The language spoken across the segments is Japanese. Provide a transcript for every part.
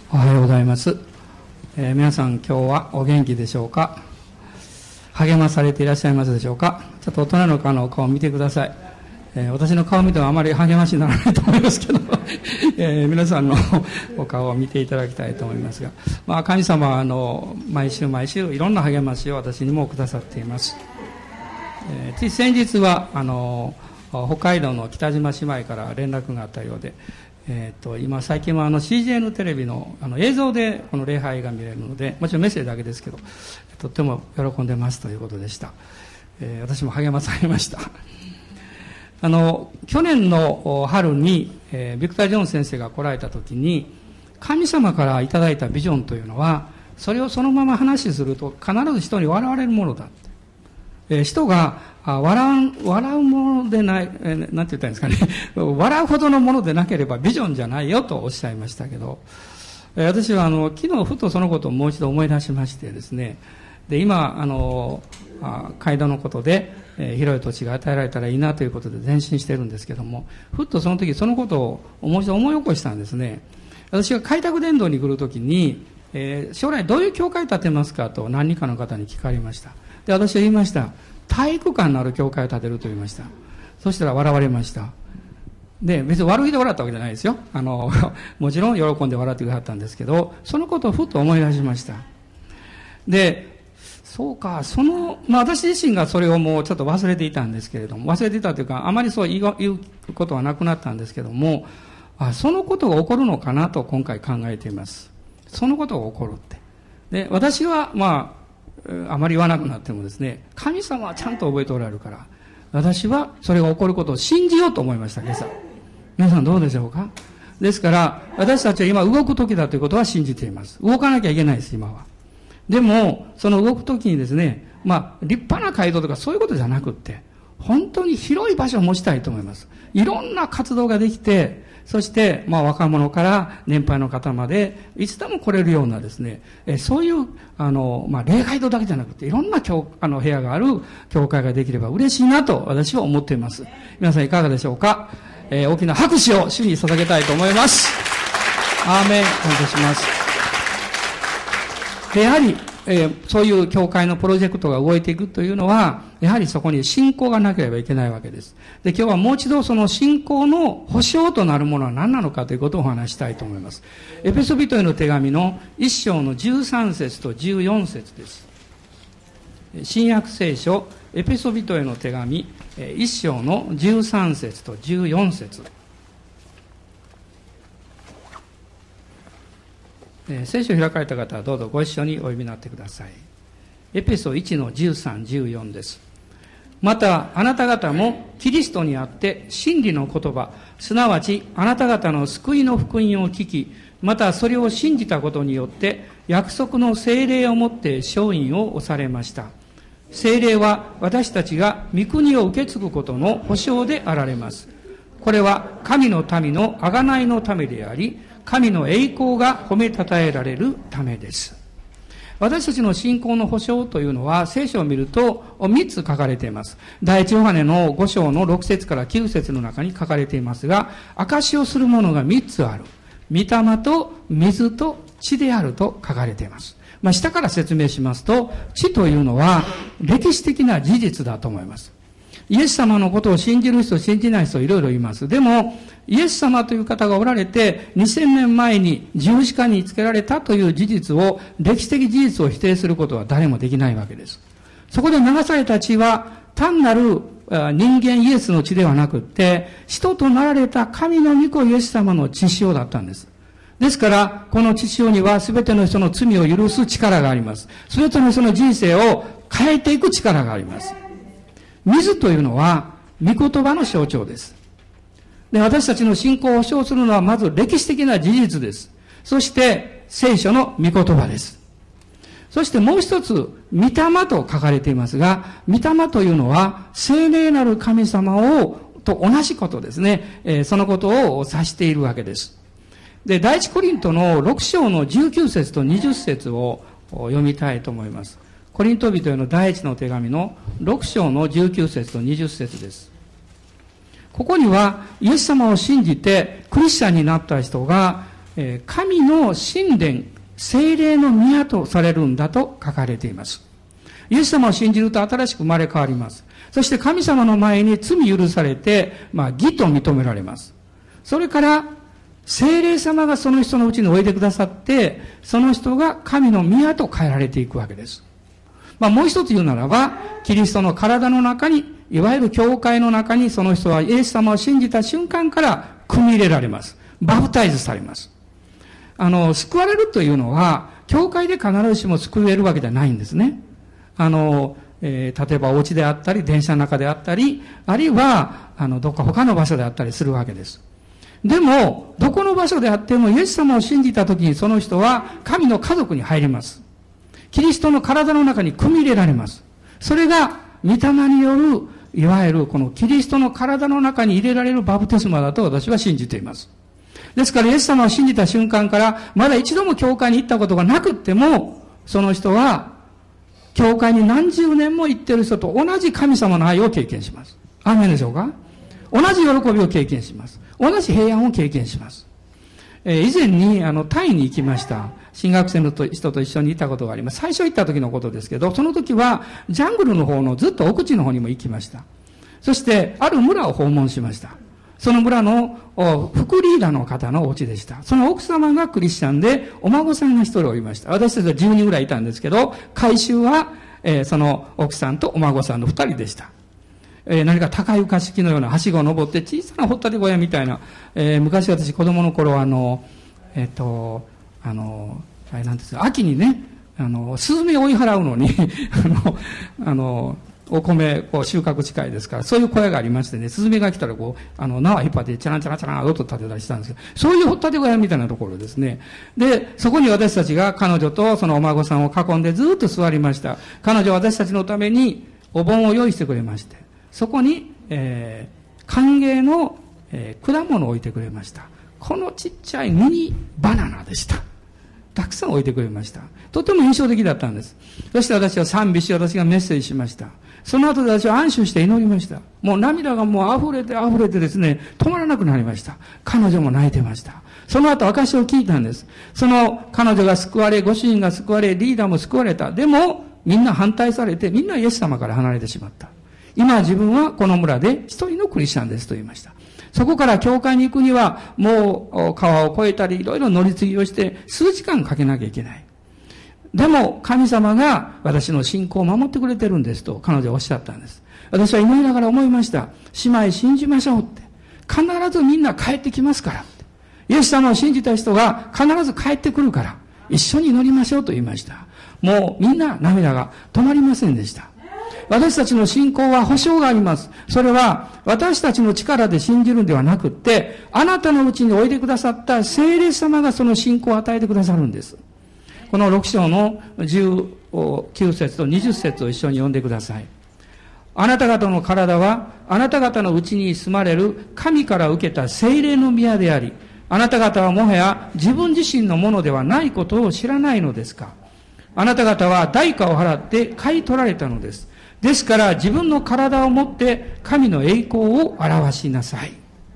おはようございます。皆さん今日はお元気でしょうか。励まされていらっしゃいますでしょうか。ちょっと大人の顔の顔を見てください。私の顔を見てもあまり励ましにならないと思いますけど、皆さんのお顔を見ていただきたいと思いますが、神様は毎週毎週いろんな励ましを私にもくださっています。つい先日は北海道の北島姉妹から連絡があったようで、今最近はCGN テレビの映像でこの礼拝が見れるので、もちろんメッセージだけですけど、とっても喜んでますということでした。私も励まされました。去年の春に、ビクター・ジョーン先生が来られた時に、神様からいただいたビジョンというのは、それをそのまま話すると必ず人に笑われるものだ。人が笑うものでない、なんて言ったらいいんですかね。笑うほどのものでなければビジョンじゃないよとおっしゃいましたけど、私は昨日ふとそのことをもう一度思い出しましてですね。で、今、街道のことで、広い土地が与えられたらいいなということで前進してるんですけども、ふっとその時そのことをもう一度思い起こしたんですね。私が開拓伝道に来るときに、将来どういう教会建てますかと何人かの方に聞かれました。で、私は言いました。体育館のある教会を建てると言いました。そしたら笑われました。で、別に悪いで笑ったわけじゃないですよ。もちろん喜んで笑ってくださったんですけど、そのことをふっと思い出しました。で、そうか、私自身がそれをもうちょっと忘れていたんですけれども、忘れていたというか、あまりそう言うことはなくなったんですけども、そのことが起こるのかなと今回考えています。そのことが起こるって。で、私は、あまり言わなくなってもですね、神様はちゃんと覚えておられるから、私はそれが起こることを信じようと思いました、今朝。皆さんどうでしょうか。ですから、私たちは今動く時だということは信じています。動かなきゃいけないです、今は。でも、その動く時にですね、立派な街道とかそういうことじゃなくって、本当に広い場所を持ちたいと思います。いろんな活動ができて、そして、若者から年配の方まで、いつでも来れるようなですね、そういう、礼拝堂だけじゃなくて、いろんな部屋がある教会ができれば嬉しいなと私は思っています。皆さんいかがでしょうか。大きな拍手を主に捧げたいと思います。アーメン。感謝します。やはり、そういう教会のプロジェクトが動いていくというのは、やはりそこに信仰がなければいけないわけです。で、今日はもう一度その信仰の保証となるものは何なのかということをお話したいと思います。エペソビトへの手紙の1章の13節と14節です。新約聖書、エペソビトへの手紙、1章の13節と14節。聖書を開かれた方はどうぞご一緒にお読みになってください。エペソ1の13、14です。またあなた方もキリストにあって真理の言葉、すなわちあなた方の救いの福音を聞き、またそれを信じたことによって約束の聖霊をもって承認を押されました。聖霊は私たちが御国を受け継ぐことの保証であられます。これは神の民の贖いのためであり、神の栄光が褒めたたえられるためです。私たちの信仰の保証というのは聖書を見ると3つ書かれています。第一ヨハネの5章の6節から9節の中に書かれていますが、証しをするものが3つある。御霊と水と血であると書かれています。下から説明しますと、血というのは歴史的な事実だと思います。イエス様のことを信じる人、信じない人いろいろいます。でも、イエス様という方がおられて、2000年前に十字架につけられたという事実を、歴史的事実を否定することは誰もできないわけです。そこで流された血は、単なる人間イエスの血ではなくって、人となられた神の御子イエス様の血潮だったんです。ですから、この血潮には全ての人の罪を許す力があります。全ての人の人生を変えていく力があります。水というのは、御言葉の象徴です。で、私たちの信仰を保証するのはまず歴史的な事実です。そして聖書の御言葉です。そしてもう一つ、御霊と書かれていますが、御霊というのは聖霊なる神様と同じことですね。そのことを指しているわけです。で、第一コリントの6章の19節と20節を読みたいと思います。コリント人への第一の手紙の6章の19節と20節です。ここにはイエス様を信じてクリスチャンになった人が神の神殿、聖霊の宮とされるんだと書かれています。イエス様を信じると新しく生まれ変わります。そして神様の前に罪許されて、義と認められます。それから、聖霊様がその人のうちにおいでくださって、その人が神の宮と変えられていくわけです。もう一つ言うならば、キリストの体の中に、いわゆる教会の中にその人はイエス様を信じた瞬間から組み入れられます。バプタイズされます。救われるというのは、教会で必ずしも救えるわけじゃないんですね。例えばお家であったり、電車の中であったり、あるいは、どっか他の場所であったりするわけです。でも、どこの場所であっても、イエス様を信じたときにその人は神の家族に入ります。キリストの体の中に組み入れられます。それが、御霊による、いわゆるこのキリストの体の中に入れられるバプテスマだと私は信じています。ですから、イエス様を信じた瞬間から、まだ一度も教会に行ったことがなくっても、その人は、教会に何十年も行っている人と同じ神様の愛を経験します。アーメンでしょうか？同じ喜びを経験します。同じ平安を経験します。以前に、タイに行きました。新学生の人と一緒に行ったことがあります。最初行った時のことですけど、その時は、ジャングルの方のずっと奥地の方にも行きました。そして、ある村を訪問しました。その村の副リーダーの方のお家でした。その奥様がクリスチャンで、お孫さんが一人おりました。私たちは10人ぐらいいたんですけど、改宗は、その奥さんとお孫さんの2人でした。何か高床式のようなはしごを登って小さな掘ったて小屋みたいな、昔私子供の頃なんですか、秋にね、スズメを追い払うのにお米、収穫近いですから、そういう小屋がありましてね、スズメが来たら縄引っ張って、チャランチャランチャラン、音立てたりしたんですけど、そういう掘ったて小屋みたいなところですね。で、そこに私たちが彼女とそのお孫さんを囲んでずっと座りました。彼女は私たちのためにお盆を用意してくれまして、そこに、歓迎の、果物を置いてくれました。このちっちゃいミニバナナでした。たくさん置いてくれました。とても印象的だったんです。そして私は賛美し、私がメッセージしました。その後で私は安心して祈りました。もう涙がもう溢れてですね、止まらなくなりました。彼女も泣いてました。その後証を聞いたんです。その彼女が救われ、ご主人が救われ、リーダーも救われた。でも、みんな反対されて、みんなイエス様から離れてしまった。今自分はこの村で一人のクリスチャンですと言いました。そこから教会に行くには、もう川を越えたり、いろいろ乗り継ぎをして、数時間かけなきゃいけない。でも、神様が私の信仰を守ってくれてるんですと、彼女はおっしゃったんです。私は祈りながら思いました。姉妹信じましょうって。必ずみんな帰ってきますからって。イエス様を信じた人が必ず帰ってくるから、一緒に祈りましょうと言いました。もうみんな涙が止まりませんでした。私たちの信仰は保証があります。それは私たちの力で信じるんではなくって、あなたのうちにおいでくださった聖霊様がその信仰を与えてくださるんです。この6章の19節と20節を一緒に読んでください。あなた方の体はあなた方のうちに住まれる神から受けた聖霊の宮であり、あなた方はもはや自分自身のものではないことを知らないのですか。あなた方は代価を払って買い取られたのです。ですから自分の体をもって神の栄光を表しなさい。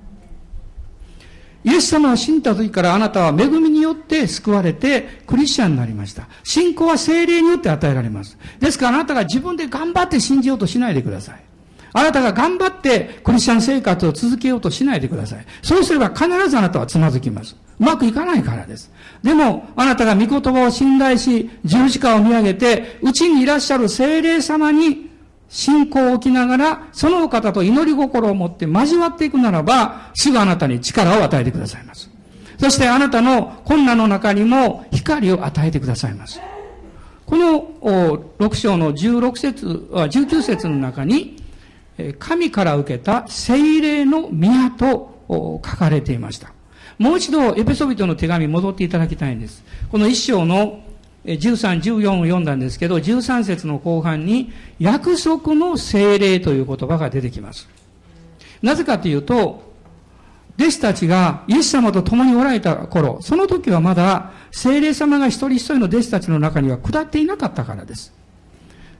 イエス様を信じた時からあなたは恵みによって救われてクリスチャンになりました。信仰は聖霊によって与えられます。ですからあなたが自分で頑張って信じようとしないでください。あなたが頑張ってクリスチャン生活を続けようとしないでください。そうすれば必ずあなたはつまずきます。うまくいかないからです。でも、あなたが御言葉を信頼し、十字架を見上げて、うちにいらっしゃる聖霊様に信仰を置きながら、そのお方と祈り心を持って交わっていくならば、すぐあなたに力を与えてくださいます。そしてあなたの困難の中にも光を与えてくださいます。この6章の19節の中に、神から受けた聖霊の宮と書かれていました。もう一度エペソビトの手紙に戻っていただきたいんです。この1章の13、14を読んだんですけど、13節の後半に約束の聖霊という言葉が出てきます。なぜかというと、弟子たちがイエス様と共におられた頃、その時はまだ聖霊様が一人一人の弟子たちの中には下っていなかったからです。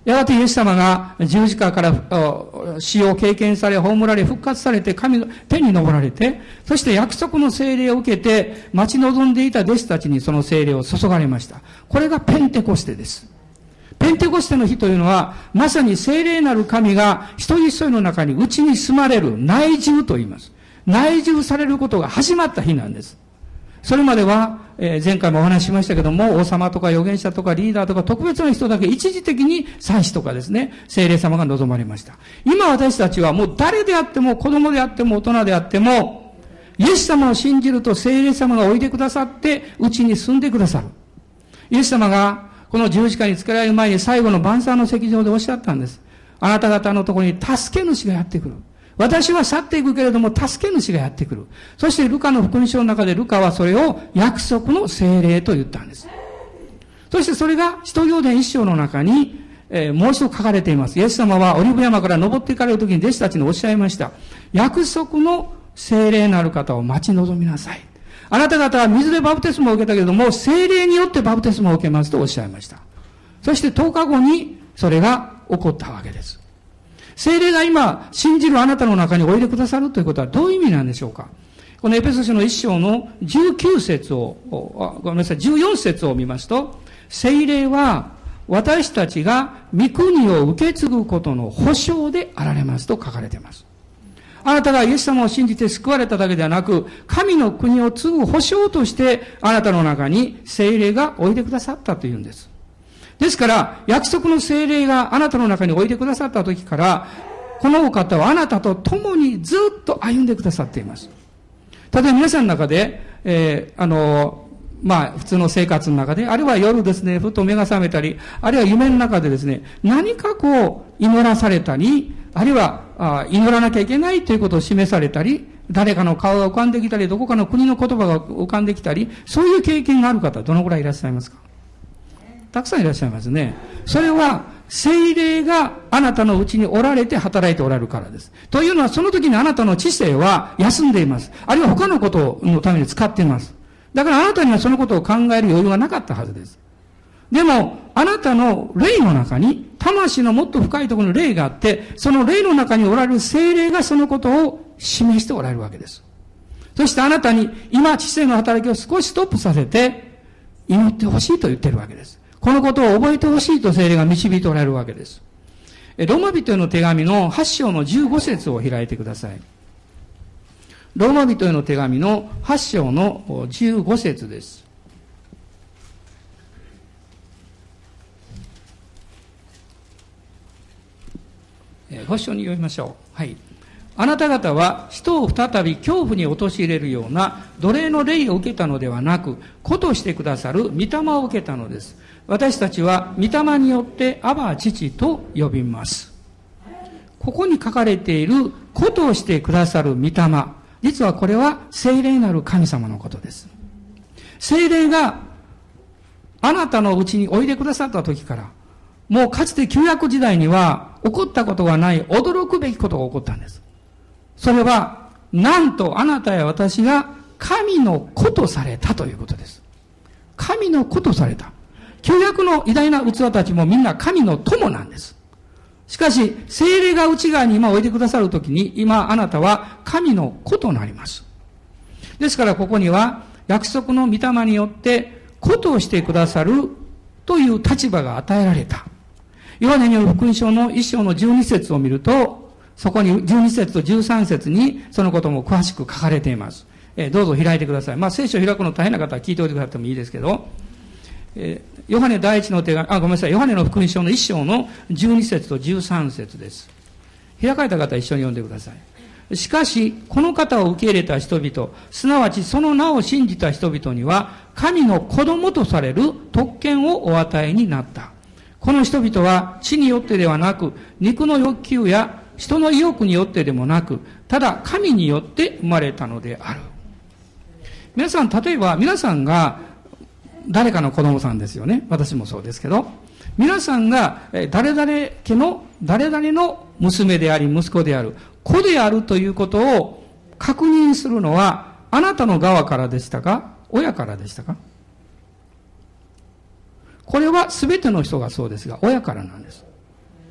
やがてイエス様が十字架から死を経験され、葬られ、復活されて、神の天に昇られて、そして約束の聖霊を受けて、待ち望んでいた弟子たちにその聖霊を注がれました。これがペンテコステです。ペンテコステの日というのは、まさに聖霊なる神が一人一人の中に内に住まれる内住と言います。内住されることが始まった日なんです。それまでは、前回もお話ししましたけども、王様とか預言者とかリーダーとか特別な人だけ一時的に祭司とかですね、聖霊様が望まれました。今私たちはもう誰であっても子供であっても大人であっても、イエス様を信じると聖霊様がおいでくださってうちに住んでくださる。イエス様がこの十字架につけられる前に最後の晩餐の席上でおっしゃったんです。あなた方のところに助け主がやってくる。私は去っていくけれども助け主がやってくる。そしてルカの福音書の中でルカはそれを約束の聖霊と言ったんです。そしてそれが使徒行伝一章の中に、もう一度書かれています。イエス様はオリーブ山から登っていかれるときに弟子たちにおっしゃいました。約束の聖霊なる方を待ち望みなさい。あなた方は水でバプテスマを受けたけれども、聖霊によってバプテスマを受けますとおっしゃいました。そして10日後にそれが起こったわけです。聖霊が今、信じるあなたの中においでくださるということはどういう意味なんでしょうか。このエペソ書の1章の19節を、ごめんなさい、14節を見ますと、聖霊は私たちが御国を受け継ぐことの保証であられますと書かれています。あなたがイエス様を信じて救われただけではなく、神の国を継ぐ保証としてあなたの中に聖霊がおいでくださったというんです。ですから、約束の聖霊があなたの中においでくださった時から、このお方はあなたと共にずっと歩んでくださっています。例えば皆さんの中で、普通の生活の中で、あるいは夜ですね、ふと目が覚めたり、あるいは夢の中でですね、何か祈らされたり、あるいは祈らなきゃいけないということを示されたり、誰かの顔が浮かんできたり、どこかの国の言葉が浮かんできたり、そういう経験がある方、どのくらいいらっしゃいますか？たくさんいらっしゃいますね。それは、聖霊があなたのうちにおられて働いておられるからです。というのは、その時にあなたの知性は休んでいます。あるいは他のことのために使っています。だからあなたにはそのことを考える余裕がなかったはずです。でも、あなたの霊の中に、魂のもっと深いところの霊があって、その霊の中におられる聖霊がそのことを示しておられるわけです。そしてあなたに今知性の働きを少しストップさせて、祈ってほしいと言ってるわけです。このことを覚えてほしいと聖霊が導いておられるわけです。ローマ人への手紙の8章の15節を開いてください。ローマ人への手紙の8章の15節です。ご一緒に読みましょう。はい。あなた方は人を再び恐怖に陥れるような奴隷の霊を受けたのではなく、子としてくださる御霊を受けたのです。私たちは御霊によってアバ父と呼びます。ここに書かれている子としてくださる御霊。実はこれは聖霊なる神様のことです。聖霊があなたのうちにおいでくださった時から、もうかつて旧約時代には起こったことがない驚くべきことが起こったんです。それは、なんとあなたや私が神の子とされたということです。神の子とされた。旧約の偉大な器たちもみんな神の友なんです。しかし、聖霊が内側に今おいでくださるときに、今あなたは神の子となります。ですからここには、約束の御霊によって子としてくださるという立場が与えられた。ヨハネによる福音書の1章の12節を見ると、そこに12節と13節にそのことも詳しく書かれています。どうぞ開いてください。聖書を開くの大変な方は聞いておいてくださってもいいですけど、ヨハネ第一の手紙、ごめんなさい、ヨハネの福音書の1章の12節と13節です。開かれた方一緒に読んでください。しかし、この方を受け入れた人々、すなわちその名を信じた人々には、神の子供とされる特権をお与えになった。この人々は地によってではなく、肉の欲求や人の意欲によってでもなく、ただ神によって生まれたのである。皆さん、例えば皆さんが誰かの子供さんですよね。私もそうですけど、皆さんが誰々家の誰々の娘であり息子である、子であるということを確認するのはあなたの側からでしたか、親からでしたか？これは全ての人がそうですが、親からなんです。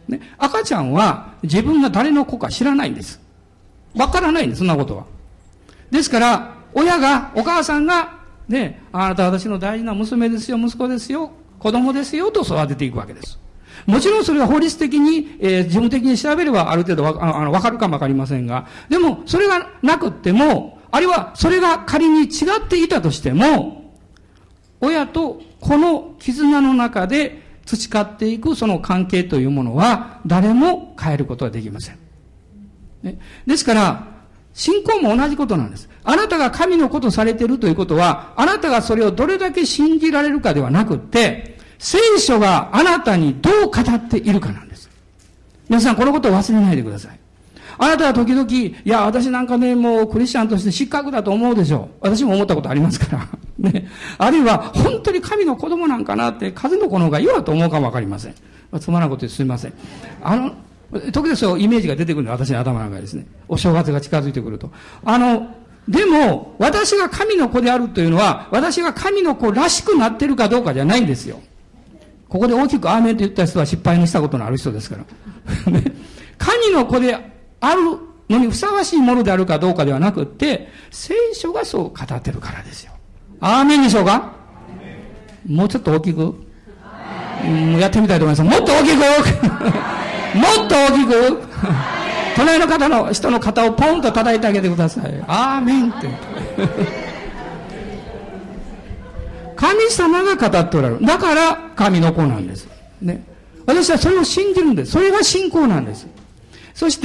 ね、赤ちゃんは自分が誰の子か知らないんです。わからないんです、そんなことは。ですから、親が、お母さんが、ね、あなたは私の大事な娘ですよ、息子ですよ、子供ですよ、と育てていくわけです。もちろんそれは法律的に、事務的に調べればある程度わかるかもわかりませんが、でも、それがなくっても、あるいはそれが仮に違っていたとしても、親と子の絆の中で培っていくその関係というものは、誰も変えることはできません。ね、ですから、信仰も同じことなんです。あなたが神のことされているということは、あなたがそれをどれだけ信じられるかではなくって、聖書があなたにどう語っているかなんです。皆さんこのことを忘れないでください。あなたは時々、いや、私なんかね、もうクリスチャンとして失格だと思うでしょう。私も思ったことありますから。ね。あるいは、本当に神の子供なんかなって、風の子の方が嫌だと思うかもわかりません。つまらんことですみません。時々そうイメージが出てくるのは私の頭の中ですね。お正月が近づいてくると。でも、私が神の子であるというのは、私が神の子らしくなってるかどうかじゃないんですよ。ここで大きくアーメンと言った人は失敗のしたことのある人ですから。ね、神の子であるのにふさわしいものであるかどうかではなくって、聖書がそう語ってるからですよ。アーメンでしょうか？もうちょっと大きく、やってみたいと思います。もっと大きくもっと大きく隣の方の人の肩をポンと叩いてあげてください。アーメンって神様が語っておられる。だから神の子なんです。ね。私はそれを信じるんです。それが信仰なんです。そして、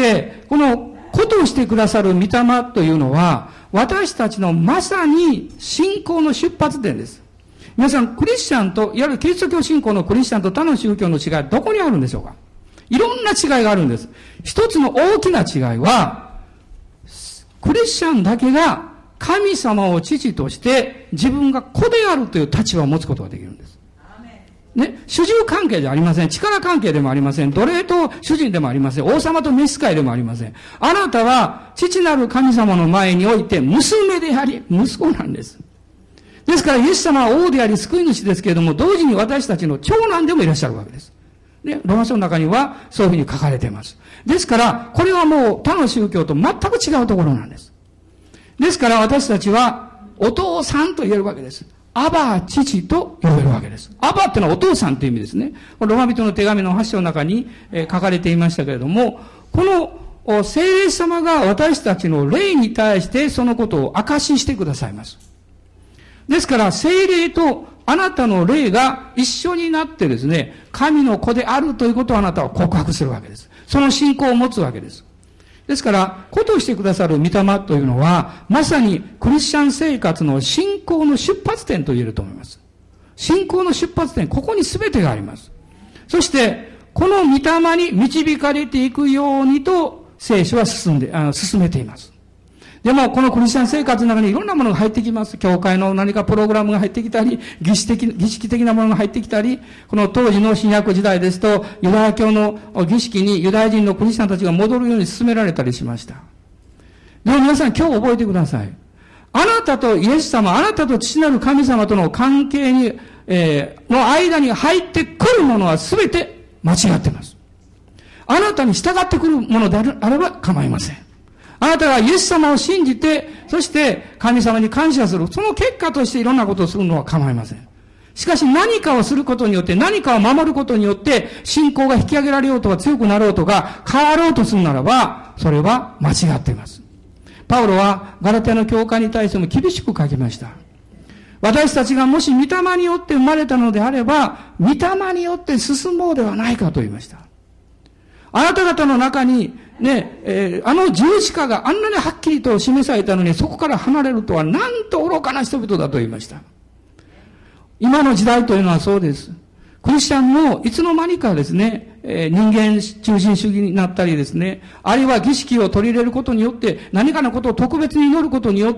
このことをしてくださる御霊というのは、私たちのまさに信仰の出発点です。皆さん、クリスチャンと、いわゆるキリスト教信仰のクリスチャンと他の宗教の違いはどこにあるんでしょうか？いろんな違いがあるんです。一つの大きな違いは、クリスチャンだけが神様を父として自分が子であるという立場を持つことができるんです。ね、主従関係じゃありません。力関係でもありません。奴隷と主人でもありません。王様と召使いでもありません。あなたは父なる神様の前において娘であり、息子なんです。ですからイエス様は王であり救い主ですけれども、同時に私たちの長男でもいらっしゃるわけです。ね、ローマ書の中にはそういうふうに書かれています。ですから、これはもう他の宗教と全く違うところなんです。ですから私たちはお父さんと言えるわけです。アバ父と呼べるわけです。アバってのはお父さんという意味ですね。ローマ人の手紙の8章の中に書かれていましたけれども、この聖霊様が私たちの霊に対してそのことを証ししてくださいます。ですから聖霊とあなたの霊が一緒になってですね、神の子であるということをあなたは告白するわけです。その信仰を持つわけです。ですから、子としてくださる御霊というのは、まさにクリスチャン生活の信仰の出発点と言えると思います。信仰の出発点、ここに全てがあります。そして、この御霊に導かれていくようにと、聖書は進めています。でも、このクリスチャン生活の中にいろんなものが入ってきます。教会の何かプログラムが入ってきたり、儀式的なものが入ってきたり、この当時の新約時代ですと、ユダヤ教の儀式にユダヤ人のクリスチャンたちが戻るように進められたりしました。でも皆さん今日覚えてください。あなたとイエス様、あなたと父なる神様との関係に、の間に入ってくるものは全て間違っています。あなたに従ってくるものであれば構いません。あなたがイエス様を信じて、そして神様に感謝する。その結果としていろんなことをするのは構いません。しかし何かをすることによって、何かを守ることによって、信仰が引き上げられようとか強くなろうとか変わろうとするならば、それは間違っています。パウロはガラテヤの教会に対しても厳しく書きました。私たちがもし御霊によって生まれたのであれば、御霊によって進もうではないかと言いました。あなた方の中に、ね、あの十字架があんなにはっきりと示されたのに、そこから離れるとはなんと愚かな人々だと言いました。今の時代というのはそうです。クリスチャンもいつの間にかですね、人間中心主義になったりですね、あるいは儀式を取り入れることによって、何かのことを特別に祈ることによって、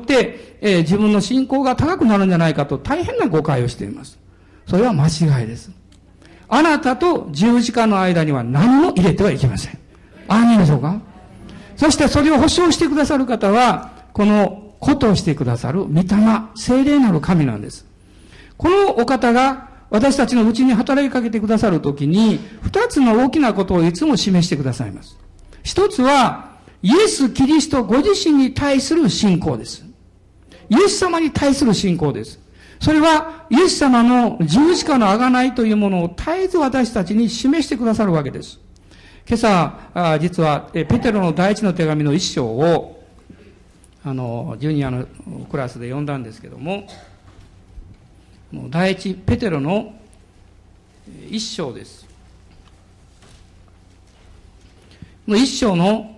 自分の信仰が高くなるんじゃないかと大変な誤解をしています。それは間違いです。あなたと十字架の間には何も入れてはいけません。ああ、いいでしょうか？そしてそれを保証してくださる方は、この子としてくださる御霊、聖霊なる神なんです。このお方が私たちのうちに働きかけてくださるときに、二つの大きなことをいつも示してくださいます。一つは、イエス・キリストご自身に対する信仰です。イエス様に対する信仰です。それは、イエス様の十字架の贖いというものを絶えず私たちに示してくださるわけです。今朝、実は、ペテロの第一の手紙の一章を、ジュニアのクラスで読んだんですけども、第一ペテロの一章です。一章の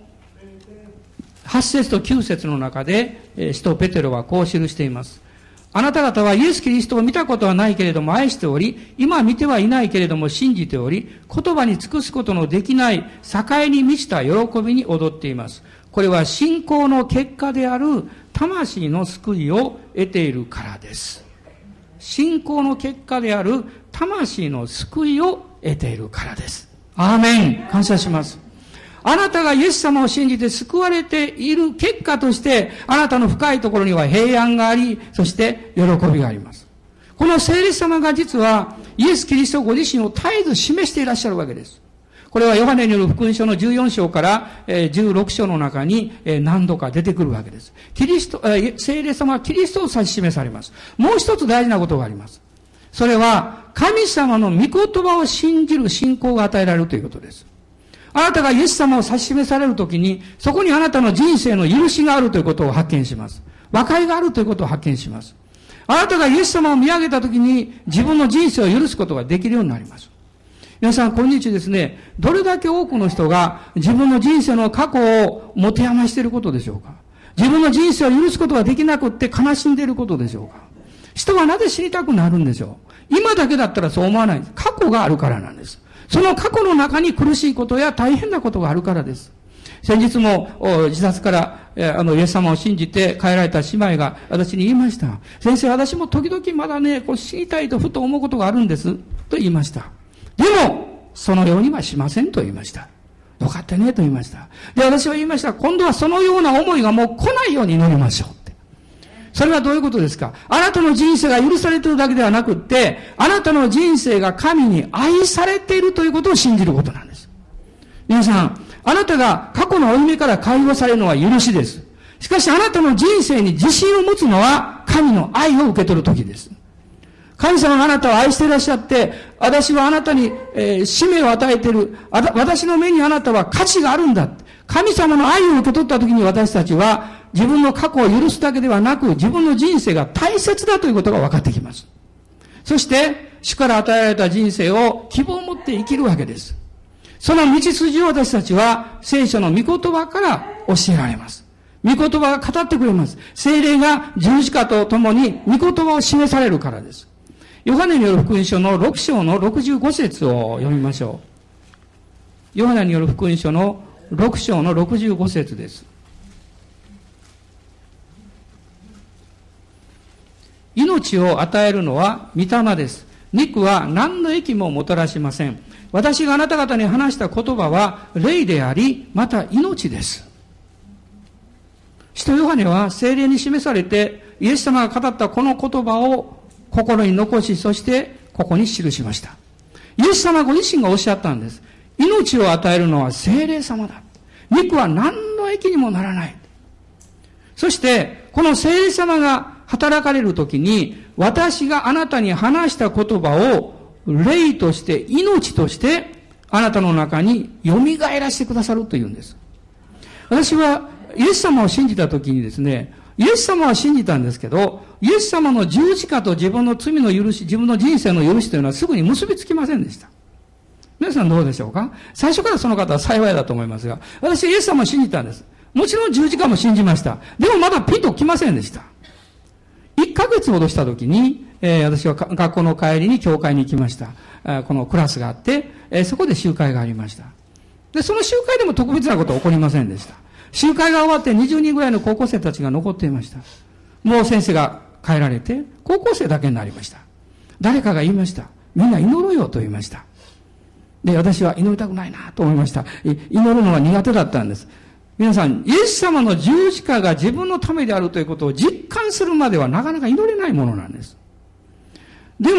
8節と9節の中で、使徒ペテロはこう記しています。あなた方はイエス・キリストを見たことはないけれども愛しており、今見てはいないけれども信じており、言葉に尽くすことのできない栄に満ちた喜びに踊っています。これは信仰の結果である魂の救いを得ているからです。信仰の結果である魂の救いを得ているからです。アーメン。感謝します。あなたがイエス様を信じて救われている結果として、あなたの深いところには平安があり、そして喜びがあります。この聖霊様が実はイエス・キリストご自身を絶えず示していらっしゃるわけです。これはヨハネによる福音書の14章から16章の中に何度か出てくるわけです。聖霊様はキリストを指し示されます。もう一つ大事なことがあります。それは神様の御言葉を信じる信仰が与えられるということです。あなたがイエス様を指し示されるときに、そこにあなたの人生の許しがあるということを発見します。和解があるということを発見します。あなたがイエス様を見上げたときに、自分の人生を許すことができるようになります。皆さん、今日ですね、どれだけ多くの人が自分の人生の過去を持て余していることでしょうか。自分の人生を許すことができなくって悲しんでいることでしょうか。人はなぜ死にたくなるんでしょう。今だけだったらそう思わないんです。過去があるからなんです。その過去の中に苦しいことや大変なことがあるからです。先日も自殺からイエス様を信じて帰られた姉妹が私に言いました。先生、私も時々まだね、死にたいとふと思うことがあるんです。と言いました。でも、そのようにはしませんと言いました。よかったねと言いました。で、私は言いました。今度はそのような思いがもう来ないように祈りましょう。それはどういうことですか？あなたの人生が許されているだけではなくって、あなたの人生が神に愛されているということを信じることなんです。皆さん、あなたが過去の負い目から解放されるのは許しです。しかしあなたの人生に自信を持つのは神の愛を受け取るときです。神様があなたを愛していらっしゃって、私はあなたに、使命を与えている。私の目にあなたは価値があるんだ。神様の愛を受け取ったときに私たちは自分の過去を許すだけではなく、自分の人生が大切だということが分かってきます。そして、主から与えられた人生を希望を持って生きるわけです。その道筋を私たちは聖書の御言葉から教えられます。御言葉が語ってくれます。聖霊が十字架とともに御言葉を示されるからです。ヨハネによる福音書の6章の65節を読みましょう。ヨハネによる福音書の6章の65節です。命を与えるのは御霊です。肉は何の益ももたらしません。私があなた方に話した言葉は霊であり、また命です。使徒ヨハネは聖霊に示されて、イエス様が語ったこの言葉を心に残し、そしてここに記しました。イエス様ご自身がおっしゃったんです。命を与えるのは聖霊様だ。肉は何の益にもならない。そして、この聖霊様が働かれるときに、私があなたに話した言葉を霊として、命として、あなたの中に蘇らせてくださるというんです。私はイエス様を信じたときにですね、イエス様は信じたんですけど、イエス様の十字架と自分の罪の許し、自分の人生の許しというのはすぐに結びつきませんでした。皆さんどうでしょうか？最初からその方は幸いだと思いますが、私はイエス様を信じたんです。もちろん十字架も信じました。でもまだピンと来ませんでした。1ヶ月ほどした時に、私は学校の帰りに教会に行きました。このクラスがあって、そこで集会がありました。で、その集会でも特別なことは起こりませんでした。集会が終わって20人ぐらいの高校生たちが残っていました。もう先生が帰られて、高校生だけになりました。誰かが言いました。みんな祈ろうよと言いました。で、私は祈りたくないなと思いました。祈るのが苦手だったんです。皆さん、イエス様の十字架が自分のためであるということを実感するまではなかなか祈れないものなんです。でも、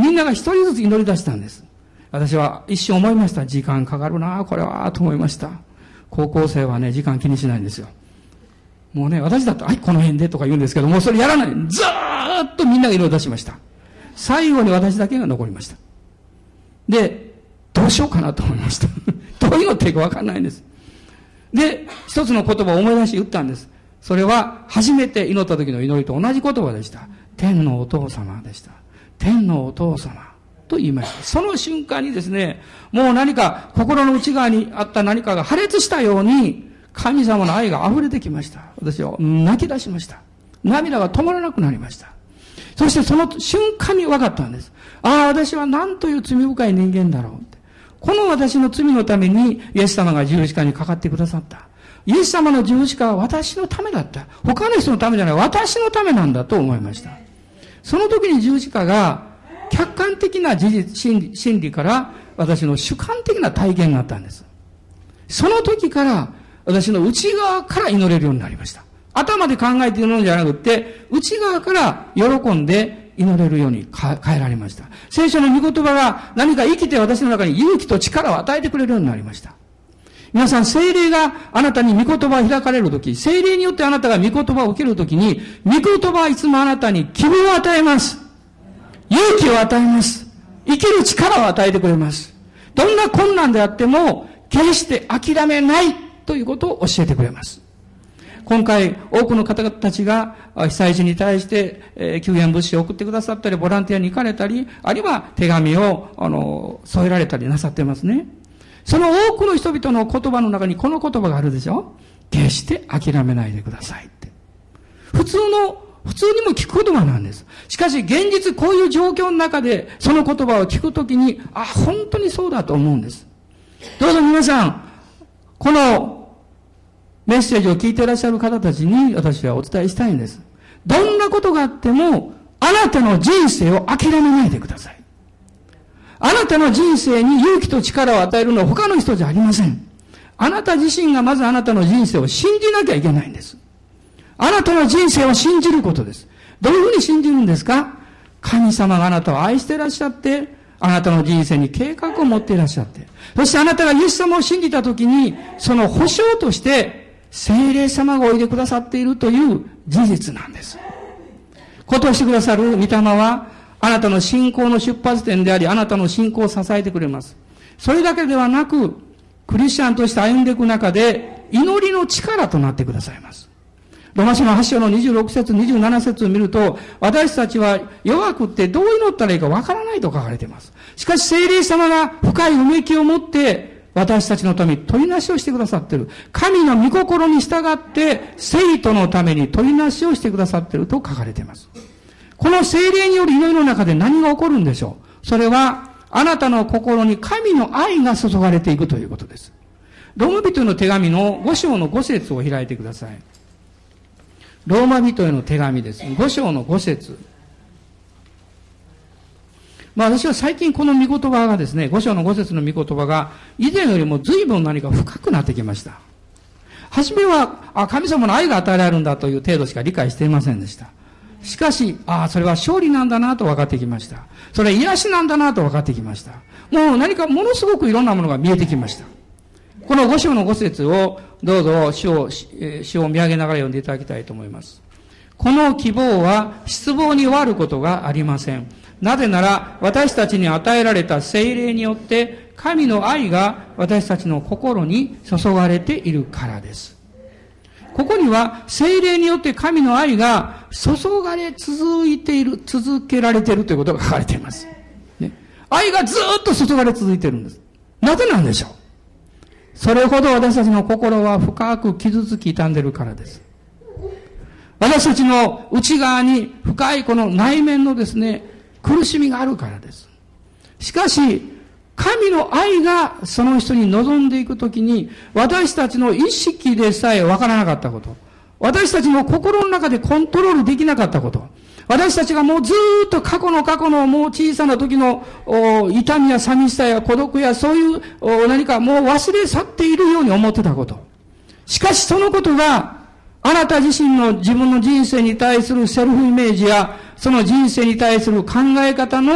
みんなが一人ずつ祈り出したんです。私は一瞬思いました。時間かかるなこれは、と思いました。高校生はね、時間気にしないんですよ。もうね、私だと、はい、この辺でとか言うんですけど、もうそれやらない。ずーっとみんなが祈り出しました。最後に私だけが残りました。で、どうしようかなと思いました。どう祈っていいかわかんないんです。で、一つの言葉を思い出し言ったんです。それは、初めて祈った時の祈りと同じ言葉でした。天のお父様でした。天のお父様と言いました。その瞬間にですね、もう何か心の内側にあった何かが破裂したように、神様の愛が溢れてきました。私は泣き出しました。涙が止まらなくなりました。そしてその瞬間に分かったんです。ああ、私は何という罪深い人間だろうって。この私の罪のためにイエス様が十字架にかかってくださった。イエス様の十字架は私のためだった。他の人のためじゃない、私のためなんだと思いました。その時に十字架が客観的な事実、真理から私の主観的な体験があったんです。その時から私の内側から祈れるようになりました。頭で考えて祈るのじゃなくて、内側から喜んで祈れるように変えられました。聖書の御言葉が何か生きて私の中に勇気と力を与えてくれるようになりました。皆さん、聖霊があなたに御言葉を開かれるとき、聖霊によってあなたが御言葉を受けるときに、御言葉はいつもあなたに希望を与えます。勇気を与えます。生きる力を与えてくれます。どんな困難であっても、決して諦めないということを教えてくれます。今回、多くの方たちが被災地に対して、救援物資を送ってくださったり、ボランティアに行かれたり、あるいは手紙を添えられたりなさってますね。その多くの人々の言葉の中にこの言葉があるでしょ。決して諦めないでくださいって。普通にも聞く言葉なんです。しかし現実こういう状況の中でその言葉を聞くときに、あ、本当にそうだと思うんです。どうぞ皆さん、このメッセージを聞いていらっしゃる方たちに私はお伝えしたいんです。どんなことがあっても、あなたの人生を諦めないでください。あなたの人生に勇気と力を与えるのは他の人じゃありません。あなた自身がまずあなたの人生を信じなきゃいけないんです。あなたの人生を信じることです。どういうふうに信じるんですか？神様があなたを愛していらっしゃって、あなたの人生に計画を持っていらっしゃって、そしてあなたがイエス様を信じたときに、その保証として、聖霊様がおいでくださっているという事実なんです。ことをしてくださる御霊は、あなたの信仰の出発点であり、あなたの信仰を支えてくれます。それだけではなく、クリスチャンとして歩んでいく中で、祈りの力となってくださいます。ローマ書の8章の26節、27節を見ると、私たちは弱くってどう祈ったらいいかわからないと書かれています。しかし聖霊様が深いうめきを持って、私たちのために取りなしをしてくださっている。神の御心に従って、聖徒のために取りなしをしてくださっていると書かれています。この聖霊による祈りの中で何が起こるんでしょう？それは、あなたの心に神の愛が注がれていくということです。ローマ人への手紙の5章の5節を開いてください。ローマ人への手紙です。5章の5節。私は最近この御言葉がですね、5章の5節の御言葉が以前よりも随分何か深くなってきました。初めは、神様の愛が与えられるんだという程度しか理解していませんでした。しかし、それは勝利なんだなと分かってきました。それは癒しなんだなと分かってきました。もう何かものすごくいろんなものが見えてきました。この5章の5節をどうぞ詩を見上げながら読んでいただきたいと思います。この希望は失望に終わることがありません。なぜなら私たちに与えられた聖霊によって神の愛が私たちの心に注がれているからです。ここには聖霊によって神の愛が注がれ続けられているということが書かれています。ね、愛がずっと注がれ続いているんです。なぜなんでしょう？それほど私たちの心は深く傷つき傷んでいるからです。私たちの内側に深いこの内面のですね、苦しみがあるからです。しかし、神の愛がその人に望んでいくときに、私たちの意識でさえわからなかったこと、私たちの心の中でコントロールできなかったこと、私たちがもうずーっと過去のもう小さな時の痛みや寂しさや孤独やそういう何かもう忘れ去っているように思ってたこと。しかしそのことがあなた自身の自分の人生に対するセルフイメージやその人生に対する考え方の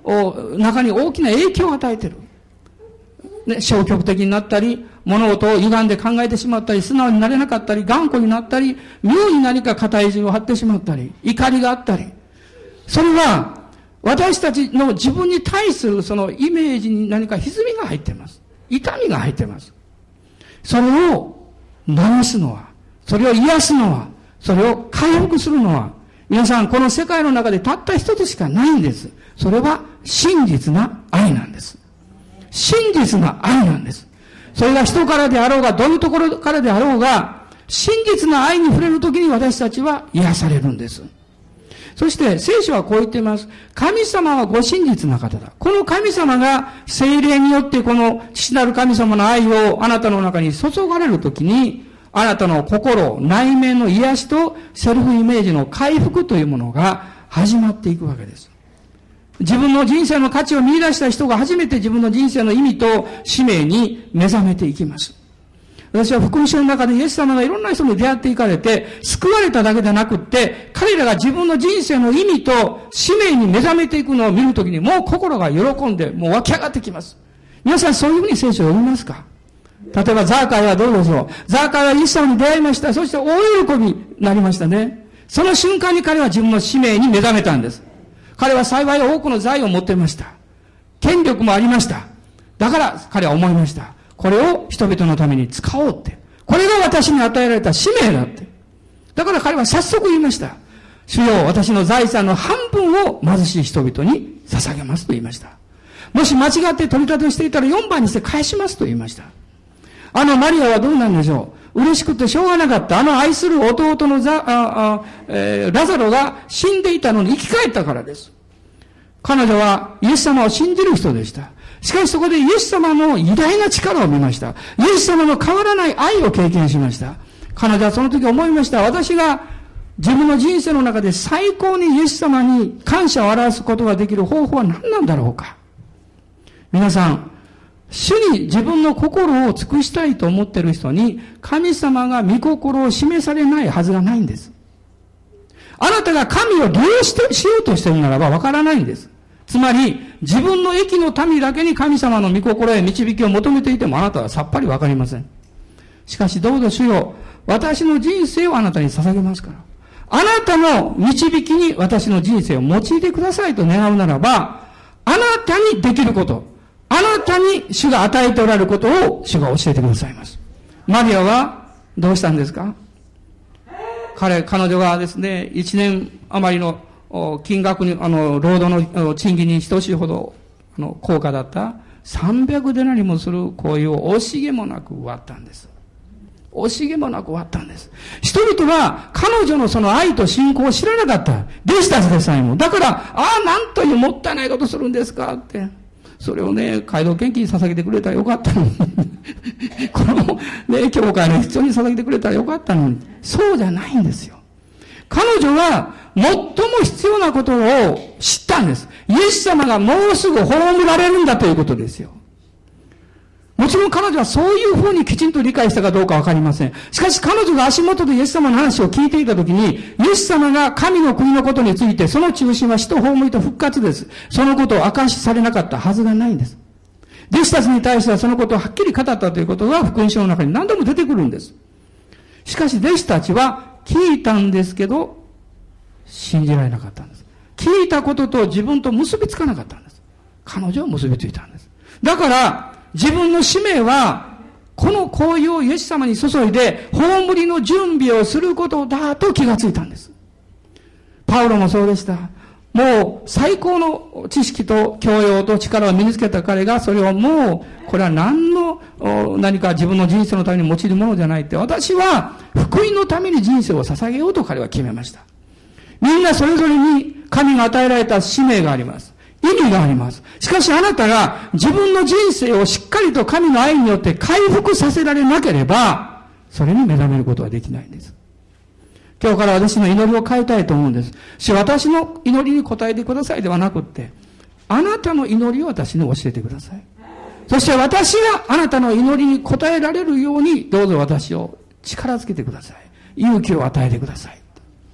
中に大きな影響を与えている。ね、消極的になったり、物事を歪んで考えてしまったり、素直になれなかったり、頑固になったり、妙に何か固い意地を張ってしまったり、怒りがあったり。それは、私たちの自分に対するそのイメージに何か歪みが入っています。痛みが入っています。それを治すのは、それを癒すのは、それを回復するのは、皆さんこの世界の中でたった一つしかないんです。それは真実な愛なんです。真実な愛なんです。それが人からであろうが、どういうところからであろうが、真実な愛に触れるときに私たちは癒されるんです。そして聖書はこう言っています。神様はご真実な方だ。この神様が聖霊によってこの父なる神様の愛をあなたの中に注がれるときに、あなたの心、内面の癒しとセルフイメージの回復というものが始まっていくわけです。自分の人生の価値を見出した人が初めて自分の人生の意味と使命に目覚めていきます。私は福音書の中でイエス様がいろんな人に出会っていかれて、救われただけでなくって、彼らが自分の人生の意味と使命に目覚めていくのを見るときに、もう心が喜んで、もう湧き上がってきます。皆さんそういうふうに聖書を読みますか？例えばザーカイはどうでしょう？ザーカイはイエス様に出会いました。そして大喜びになりましたね。その瞬間に彼は自分の使命に目覚めたんです。彼は幸い多くの財を持っていました。権力もありました。だから彼は思いました。これを人々のために使おうって。これが私に与えられた使命だって。だから彼は早速言いました。主よ、私の財産の半分を貧しい人々に捧げますと言いました。もし間違って取り立てをしていたら4倍にして返しますと言いました。マリアはどうなんでしょう。嬉しくてしょうがなかった。愛する弟のラザロが死んでいたのに生き返ったからです。彼女はイエス様を信じる人でした。しかしそこでイエス様の偉大な力を見ました。イエス様の変わらない愛を経験しました。彼女はその時思いました。私が自分の人生の中で最高にイエス様に感謝を表すことができる方法は何なんだろうか。皆さん、主に自分の心を尽くしたいと思っている人に神様が御心を示されないはずがないんです。あなたが神を利用しようとしているならばわからないんです。つまり、自分の益のためだけに神様の御心へ導きを求めていてもあなたはさっぱりわかりません。しかしどうぞ主よ、私の人生をあなたに捧げますから。あなたの導きに私の人生を用いてくださいと願うならば、あなたにできること、あなたに主が与えておられることを主が教えてくださいます。マリアはどうしたんですか？彼女がですね、1年余りの金額に、労働の賃金に等しいほど、高価だった300デナリもする行為を惜しげもなく割ったんです。惜しげもなく割ったんです。人々は彼女のその愛と信仰を知らなかった。弟子たちでさえも。だから、なんというもったいないことするんですかって。それをね、街道献金に捧げてくれたらよかったのに。このね、教会の必要に捧げてくれたらよかったのに。そうじゃないんですよ。彼女は最も必要なことを知ったんです。イエス様がもうすぐ葬られるんだということですよ。もちろん彼女はそういうふうにきちんと理解したかどうかわかりません。しかし彼女が足元でイエス様の話を聞いていたときに、イエス様が神の国のことについて、その中心は死と葬りと復活です。そのことを明かしされなかったはずがないんです。弟子たちに対してはそのことをはっきり語ったということが福音書の中に何度も出てくるんです。しかし弟子たちは聞いたんですけど、信じられなかったんです。聞いたことと自分と結びつかなかったんです。彼女は結びついたんです。だから、自分の使命は、この行為をイエス様に注いで、葬りの準備をすることだと気がついたんです。パウロもそうでした。もう最高の知識と教養と力を身につけた彼が、それをもう、これは何か自分の人生のために用いるものじゃないって、私は福音のために人生を捧げようと彼は決めました。みんなそれぞれに神が与えられた使命があります。意味があります。しかしあなたが自分の人生をしっかりと神の愛によって回復させられなければ、それに目覚めることはできないんです。今日から私の祈りを変えたいと思うんです。私の祈りに応えてくださいではなくって、あなたの祈りを私に教えてください。そして私があなたの祈りに応えられるように、どうぞ私を力づけてください。勇気を与えてください。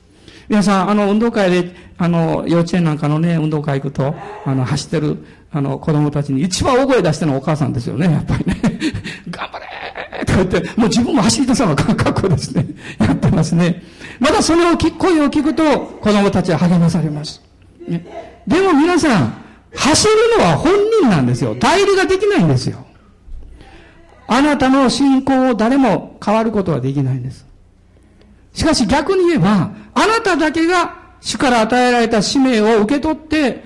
皆さん、運動会で、幼稚園なんかのね、運動会行くと、走ってる、子供たちに一番大声出してるのはお母さんですよね、やっぱりね。頑張れーとか言って、もう自分も走り出さな格好ですね。やってますね。またその声を聞くと、子供たちは励まされます。ね、でも皆さん、走るのは本人なんですよ。代理ができないんですよ。あなたの信仰を誰も変わることはできないんです。しかし逆に言えば、あなただけが主から与えられた使命を受け取って、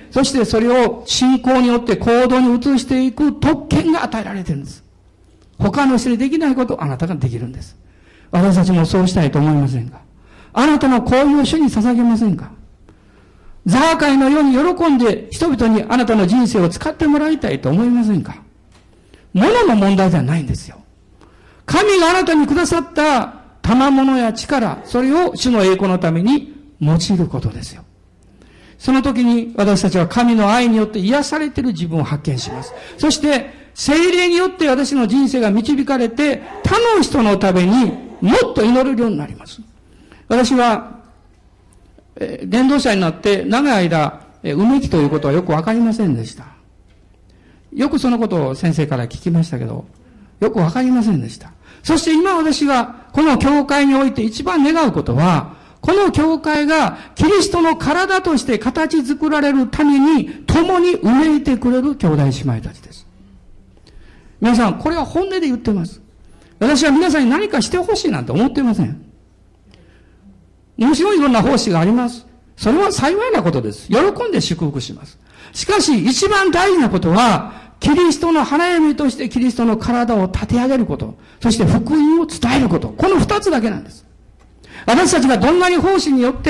そしてそれを信仰によって行動に移していく特権が与えられてるんです。他の人にできないことをあなたができるんです。私たちもそうしたいと思いませんか？あなたのこういう主に捧げませんか？ザーカイのように喜んで人々にあなたの人生を使ってもらいたいと思いませんか？物の問題ではないんですよ。神があなたにくださった賜物や力、それを主の栄光のために用いることですよ。その時に私たちは神の愛によって癒されている自分を発見します。そして聖霊によって私の人生が導かれて他の人のためにもっと祈れるようになります。私は伝道者になって長い間うめきということはよくわかりませんでした。よくそのことを先生から聞きましたけど、よくわかりませんでした。そして今私がこの教会において一番願うことは、この教会がキリストの体として形作られるために共にうめいてくれる兄弟姉妹たちです。皆さん、これは本音で言ってます。私は皆さんに何かしてほしいなんて思っていません。もちろんいろんな奉仕があります。それは幸いなことです。喜んで祝福します。しかし一番大事なことは、キリストの花嫁としてキリストの体を立て上げること、そして福音を伝えること、この二つだけなんです。私たちがどんなに奉仕によって、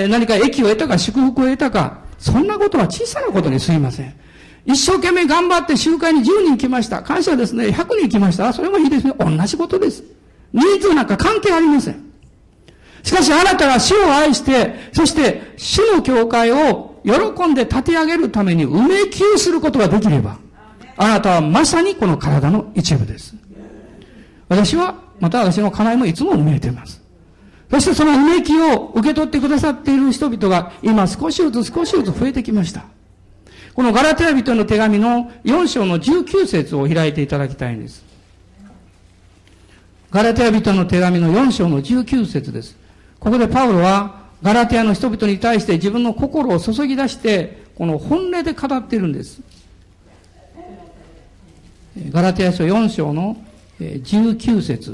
何か益を得たか祝福を得たか、そんなことは小さなことにすいません。一生懸命頑張って集会に10人来ました。感謝ですね。100人来ました。それもいいですね。同じことです。人数なんか関係ありません。しかしあなたが主を愛して、そして主の教会を喜んで立て上げるためにうめきをすることができれば、あなたはまさにこの体の一部です。私は、また私の家内もいつもうめいています。そしてそのうめきを受け取ってくださっている人々が今少しずつ増えてきました。このガラテヤ人の手紙の4章の19節を開いていただきたいんです。ガラテヤ人の手紙の4章の19節です。ここでパウロはガラテヤの人々に対して自分の心を注ぎ出して、この本音で語っているんです。ガラテヤ書4章の19節。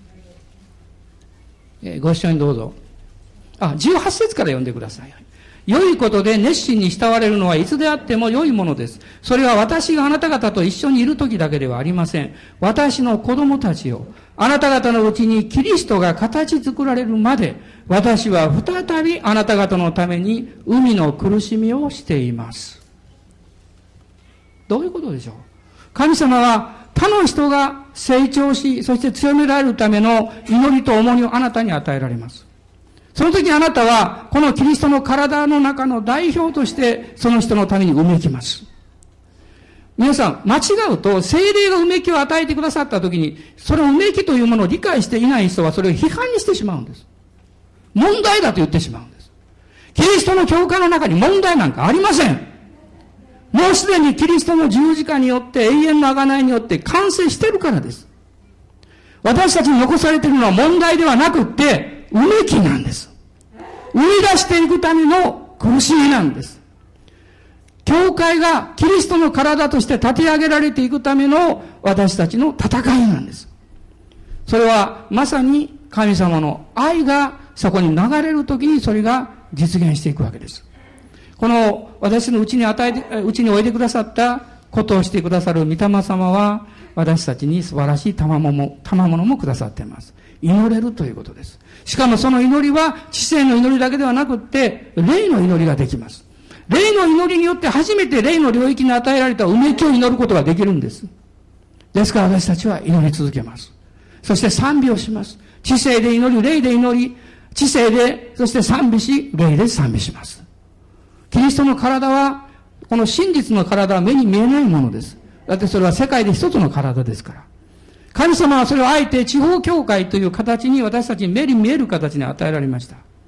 ご一緒にどうぞ。18節から読んでください。良いことで熱心に慕われるのはいつであっても良いものです。それは私があなた方と一緒にいる時だけではありません。私の子供たちよ。あなた方のうちにキリストが形作られるまで、私は再びあなた方のために海の苦しみをしています。どういうことでしょう？神様は他の人が成長し、そして強められるための祈りと重荷をあなたに与えられます。その時あなたは、このキリストの体の中の代表として、その人のためにうめきます。皆さん、間違うと、聖霊がうめきを与えてくださった時に、そのうめきというものを理解していない人は、それを批判にしてしまうんです。問題だと言ってしまうんです。キリストの教会の中に問題なんかありません。もうすでにキリストの十字架によって、永遠の贖いによって完成しているからです。私たちに残されているのは問題ではなくって、うめきなんです。生み出していくための苦しみなんです。教会がキリストの体として立て上げられていくための私たちの戦いなんです。それはまさに神様の愛がそこに流れるときにそれが実現していくわけです。この私のうちにおいでくださったことをしてくださる御霊様は私たちに素晴らしい賜物もくださっています。祈れるということです。しかもその祈りは知性の祈りだけではなくって霊の祈りができます。霊の祈りによって初めて霊の領域に与えられたうめきを祈ることができるんです。ですから私たちは祈り続けます。そして賛美をします。知性で祈り、霊で祈り、知性で、そして賛美し、霊で賛美します。キリストの体は、この真実の体は目に見えないものです。だってそれは世界で一つの体ですから。神様はそれをあえて地方教会という形に私たちに目に見える形に与えられました。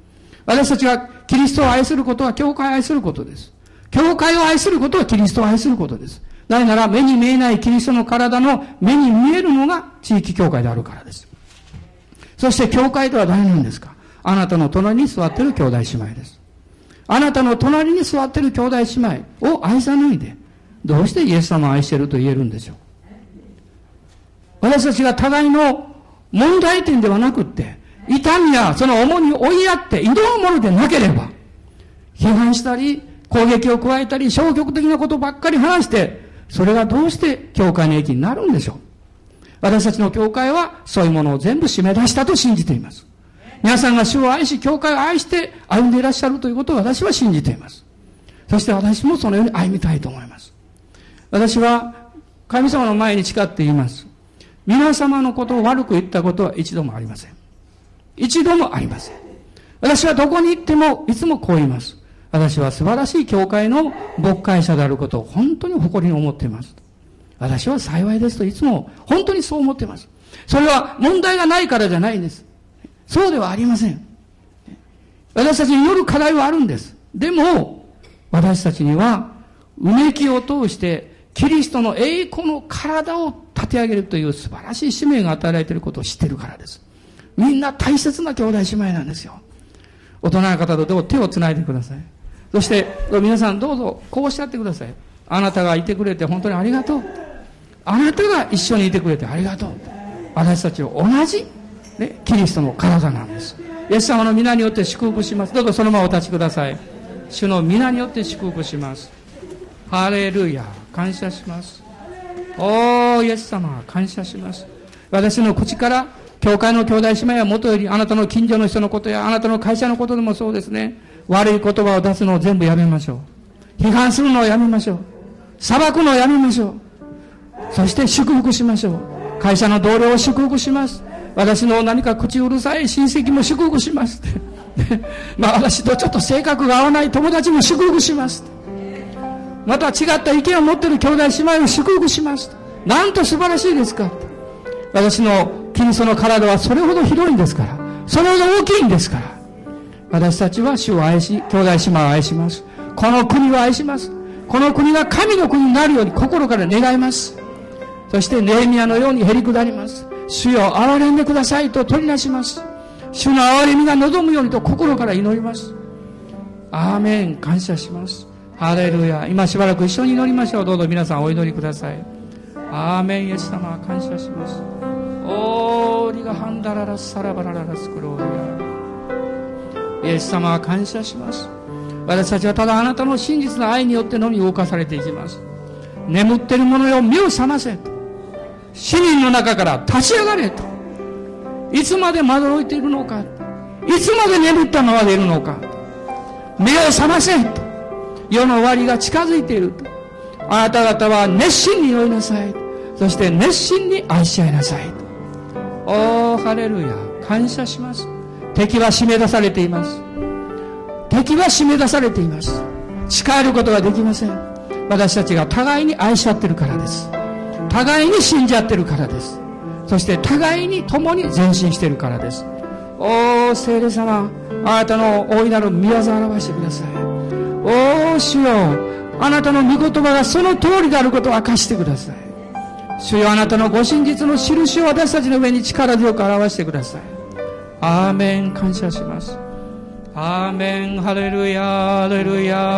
私たちがキリストを愛することは教会を愛することです。教会を愛することはキリストを愛することです。なぜなら目に見えないキリストの体の目に見えるのが地域教会であるからです。そして教会とは誰なんですか？あなたの隣に座っている兄弟姉妹です。あなたの隣に座っている兄弟姉妹を愛さないで、どうしてイエス様を愛していると言えるんでしょう？私たちが互いの問題点ではなくって、痛みやその重荷を追いやって挑むものでなければ、批判したり、攻撃を加えたり、消極的なことばっかり話して、それがどうして教会の益になるんでしょう？私たちの教会はそういうものを全部締め出したと信じています。皆さんが主を愛し、教会を愛して歩んでいらっしゃるということを私は信じています。そして私もそのように歩みたいと思います。私は神様の前に誓って言います。皆様のことを悪く言ったことは一度もありません。一度もありません。私はどこに行ってもいつもこう言います。私は素晴らしい教会の牧会者であることを本当に誇りに思っています。私は幸いですといつも本当にそう思っています。それは問題がないからじゃないんです。そうではありません。私たちによる課題はあるんです。でも、私たちには、うめきを通して、キリストの栄光の体を立て上げるという素晴らしい使命が与えられていることを知っているからです。みんな大切な兄弟姉妹なんですよ。大人の方とどう手をつないでください。そして、皆さんどうぞこうおっしゃってください。あなたがいてくれて本当にありがとう。あなたが一緒にいてくれてありがとう。私たちは同じ、ね、キリストの体なんです。イエス様の皆によって祝福します。どうぞそのままお立ちください。主の皆によって祝福します。ハレルヤ、感謝します。おー、イエス様、感謝します。私の口から、教会の兄弟姉妹はもとより、あなたの近所の人のことや、あなたの会社のことでもそうですね。悪い言葉を出すのを全部やめましょう。批判するのをやめましょう。裁くのをやめましょう。そして祝福しましょう。会社の同僚を祝福します。私の何か口うるさい親戚も祝福します。まあ私とちょっと性格が合わない友達も祝福します。また違った意見を持っている兄弟姉妹を祝福します。なんと素晴らしいですか。私のキリストの体はそれほど広いんですから。それほど大きいんですから。私たちは主を愛し、兄弟姉妹を愛します。この国を愛します。この国が神の国になるように心から願います。そしてネヘミヤのようにへり下ります。主よ憐れんでくださいと取りなします。主の憐れみが望むようにと心から祈ります。アーメン、感謝します。ハレルヤ。今しばらく一緒に祈りましょう。どうぞ皆さんお祈りください。アーメン、イエス様感謝します。オーリガハンダララサラバラララスクローリア。イエス様感謝します。私たちはただあなたの真実な愛によってのみ動かされていきます。眠っている者よ目を覚ませと、死人の中から立ち上がれと、いつまでまどろいているのか、いつまで眠ったままでいるのか、目を覚ませと、世の終わりが近づいていると、あなた方は熱心に祈りなさい、そして熱心に愛し合いなさいと。おーハレルヤ、感謝します。敵は締め出されています。敵は締め出されています。近寄ることができません。私たちが互いに愛し合っているからです。互いに信じ合っているからです。そして互いに共に前進しているからです。おー聖霊様、あなたの大いなる御業を表してください。おー主よ、あなたの御言葉がその通りであることを明かしてください。主よ、あなたのご真実の印を私たちの上に力強く表してください。アーメン、感謝します。アーメン、ハレルヤ、ハレルヤ。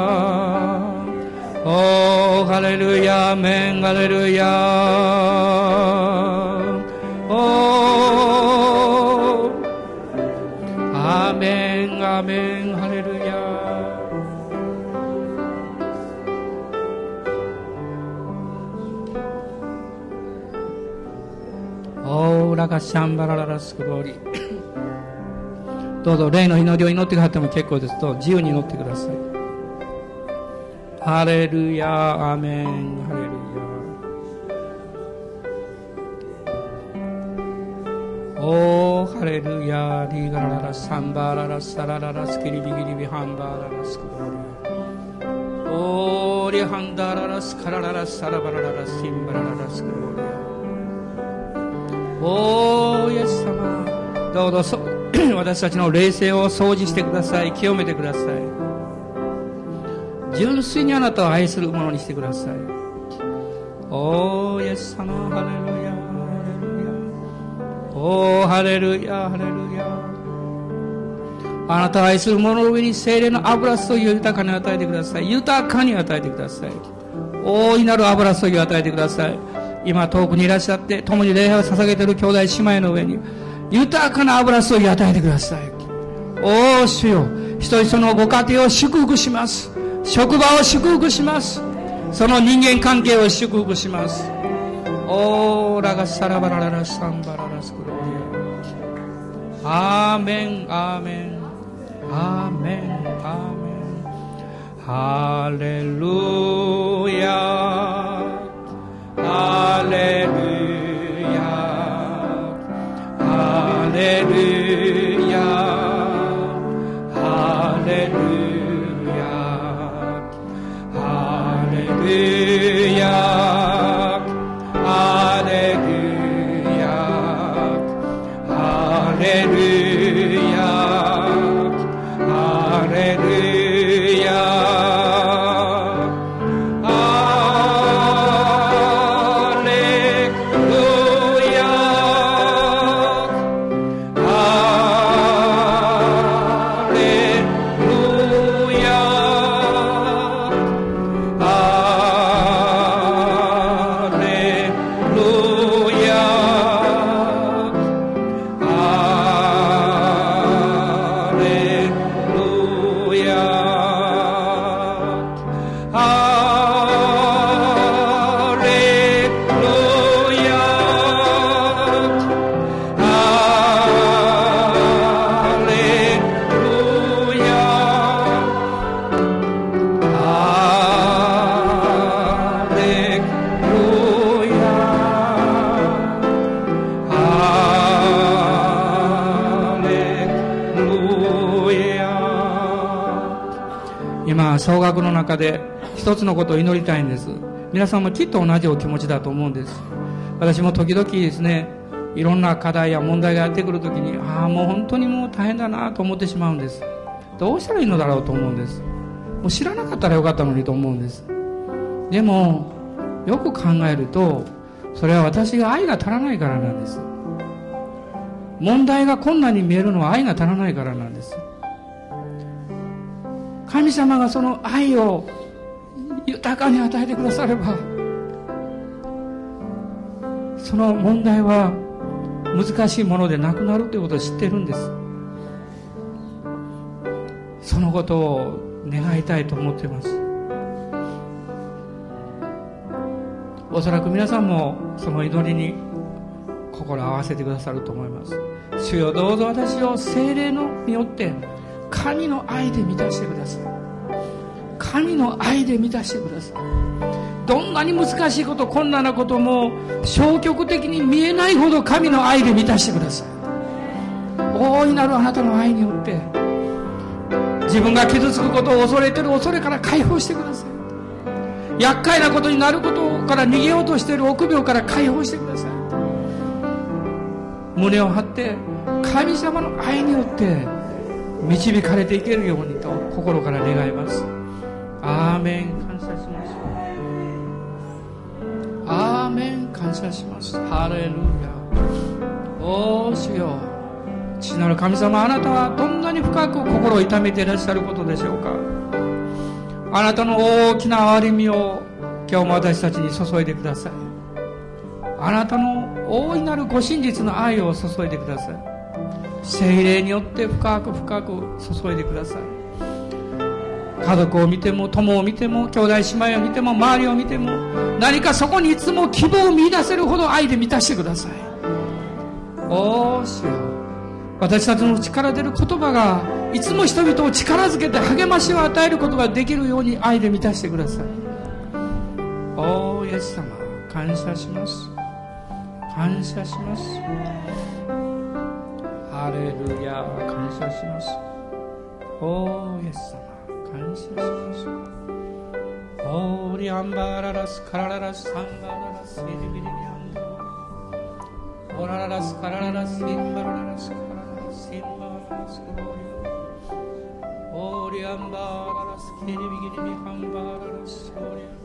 おー、ハレルヤ、アーメン、ハレルヤ。おー、アーメン、アーメン、ハレルヤ。オーラガシャンバラララスクローリー。どうぞ霊の祈りを祈ってくださっても結構です。と自由に祈ってください。ハレルヤ、アーメン、ハレルヤ。おー、ハレルヤ、リーガラララ、サンバララ、サラララ、スキリビギリビ、ハンバララ、スクローリア。おー、リハンダララ、スカラララ、サラバラララ、シンバラララ、スクローリア。おー、イエス様、どうぞ私たちの霊性を掃除してください。清めてください。純粋にあなたを愛するものにしてください。おーイエス様、ハレルヤ、ハレルヤ、おーハレルヤ、ハレルヤ。あなたを愛する者の上に聖霊の油注ぎを豊かに与えてください。豊かに与えてください。大いなる油注ぎを与えてください。今遠くにいらっしゃって共に礼拝を捧げている兄弟姉妹の上に豊かな油注ぎを与えてください。おー主よ、一人そのご家庭を祝福します。職場を祝福します。その人間関係を祝福します。オーラがサラバラララサンバララスクロリア。アーメン、アーメン、アーメン、アーメン。ハレルヤ、ハレルヤ、ハレルヤ、ハレルヤ、ハレルヤ、ハレルヤ、ハレルヤ、ハレルヤ。総額の中で一つのことを祈りたいんです。皆さんもきっと同じお気持ちだと思うんです。私も時々ですね、いろんな課題や問題がやってくるときに、もう本当にもう大変だなと思ってしまうんです。どうしたらいいのだろうと思うんです。もう知らなかったらよかったのにと思うんです。でもよく考えると、それは私が愛が足らないからなんです。問題が困難に見えるのは愛が足らないからなんです。神様がその愛を豊かに与えてくだされば、その問題は難しいものでなくなるということを知っているんです。そのことを願いたいと思っています。おそらく皆さんもその祈りに心を合わせてくださると思います。主よ、どうぞ私を聖霊のによって神の愛で満たしてください。神の愛で満たしてください。どんなに難しいこと、困難なことも消極的に見えないほど神の愛で満たしてください。大いなるあなたの愛によって自分が傷つくことを恐れている恐れから解放してください。厄介なことになることから逃げようとしている臆病から解放してください。胸を張って神様の愛によって導かれていけるようにと心から願います。アーメン。感謝します。アーメン。感謝します。ハレルヤ。おー主よ、父なる神様、あなたはどんなに深く心を痛めていらっしゃることでしょうか。あなたの大きな憐れみを今日も私たちに注いでください。あなたの大いなるご真実の愛を注いでください。聖霊によって深く深く注いでください。家族を見ても友を見ても兄弟姉妹を見ても周りを見ても、何かそこにいつも希望を見出せるほど愛で満たしてください。おー主よ、私たちの力出る言葉がいつも人々を力づけて励ましを与えることができるように愛で満たしてください。おーイエス様、感謝します。感謝します。ハレルヤ、感謝します。おーイエス様、感謝します。オーリアンバーララスカラララスサンバーララスビリビリビアンドオラララスカラララスインバラララスカラララスインバオリアンバーララスキリビギリミハンバーララスオリアン